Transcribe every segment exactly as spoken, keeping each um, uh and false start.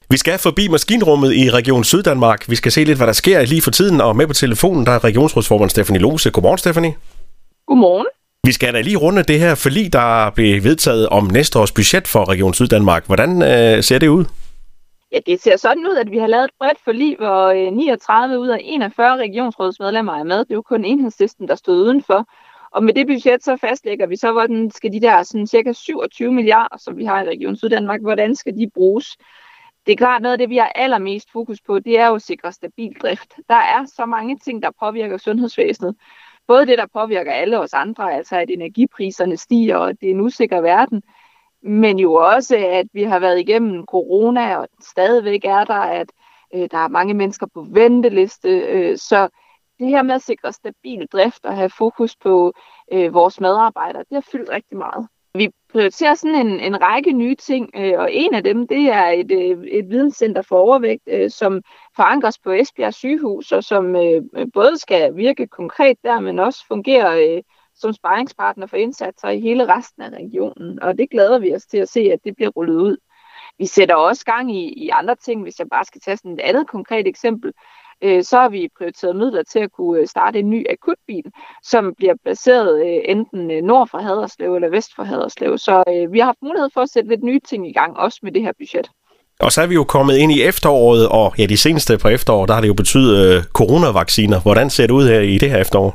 Vi skal forbi maskinrummet i Region Syddanmark. Vi skal se lidt, hvad der sker lige for tiden, og med på telefonen, der er regionsrådsformand Stephanie Lohse. Godmorgen, Stephanie. Godmorgen. Vi skal da lige runde det her forlig, der blev vedtaget om næste års budget for Region Syddanmark. Hvordan øh, ser det ud? Ja, det ser sådan ud, at vi har lavet et bredt forlig, hvor niogtredive ud af enogfyrre regionsrådsmedlemmer er med. Det er jo kun Enhedslisten, der stod udenfor. Og med det budget, så fastlægger vi så, hvordan skal de der sådan cirka syvogtyve milliarder, som vi har i Region Syddanmark, hvordan skal de bruges? Det er klart, noget af det, vi har allermest fokus på, det er jo at sikre stabil drift. Der er så mange ting, der påvirker sundhedsvæsenet. Både det, der påvirker alle os andre, altså at energipriserne stiger, og det er en usikker verden. Men jo også, at vi har været igennem corona, og stadigvæk er der, at øh, der er mange mennesker på venteliste. Øh, så det her med at sikre stabil drift og have fokus på øh, vores medarbejdere, det har fyldt rigtig meget. Vi prioriterer sådan en, en række nye ting, øh, og en af dem, det er et, øh, et videnscenter for overvægt, øh, som forankres på Esbjerg Sygehus, og som øh, både skal virke konkret der, men også fungere øh, som sparringspartner for indsatser i hele resten af regionen. Og det glæder vi os til at se, at det bliver rullet ud. Vi sætter også gang i, i andre ting, hvis jeg bare skal tage sådan et andet konkret eksempel. Øh, så har vi prioriteret midler til at kunne starte en ny akutbil, som bliver placeret øh, enten nord for Haderslev eller vest for Haderslev. Så øh, vi har haft mulighed for at sætte lidt nye ting i gang, også med det her budget. Og så er vi jo kommet ind i efteråret, og ja, de seneste på efterår, der har det jo betydet øh, coronavacciner. Hvordan ser det ud her i det her efterår?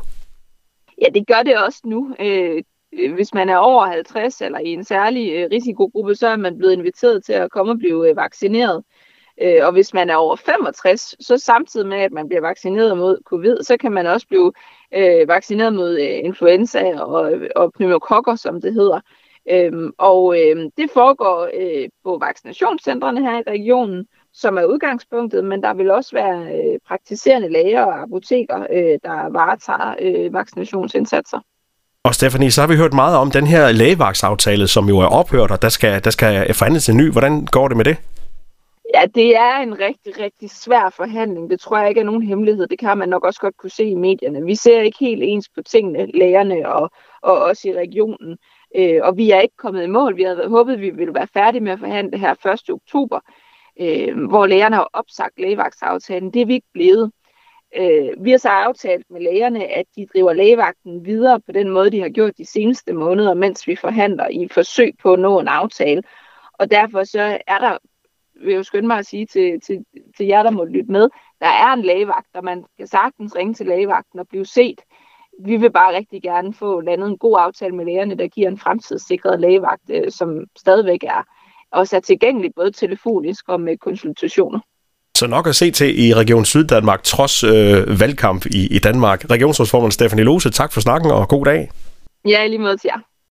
Ja, det gør det også nu. Øh, hvis man er over halvtreds eller i en særlig øh, risikogruppe, så er man blevet inviteret til at komme og blive øh, vaccineret. Øh, og hvis man er over femogtres, så samtidig med, at man bliver vaccineret mod covid, så kan man også blive øh, vaccineret mod øh, influenza og, og pneumokokker, som det hedder. Øh, og øh, det foregår øh, på vaccinationscentrene her i regionen, som er udgangspunktet, men der vil også være øh, praktiserende læger og apoteker, øh, der varetager øh, vaccinationsindsatser. Og Stephanie, så har vi hørt meget om den her lægevagtsaftale, som jo er ophørt, og der skal, der skal forhandles en ny. Hvordan går det med det? Ja, det er en rigtig, rigtig svær forhandling. Det tror jeg ikke er nogen hemmelighed. Det kan man nok også godt kunne se i medierne. Vi ser ikke helt ens på tingene, lægerne og, og også i regionen. Øh, og vi er ikke kommet i mål. Vi havde håbet, at vi ville være færdige med at forhandle her første oktober, øh, hvor lægerne har opsagt lægevagtsaftalen. Det er vi ikke blevet. Øh, vi har så aftalt med lægerne, at de driver lægevagten videre på den måde, de har gjort de seneste måneder, mens vi forhandler i forsøg på at nå en aftale. Og derfor så er der, vil jeg jo skynde mig at sige til, til, til jer, der må lytte med, der er en lægevagt, og man kan sagtens ringe til lægevagten og blive set. Vi vil bare rigtig gerne få landet en god aftale med lægerne, der giver en fremtidssikret lægevagt, som stadigvæk er, også er tilgængelig både telefonisk og med konsultationer. Så nok at se til i Region Syddanmark, trods øh, valgkamp i, i Danmark. Regionsrådsformand Stephanie Lohse, tak for snakken og god dag. Ja, i lige måde til jer.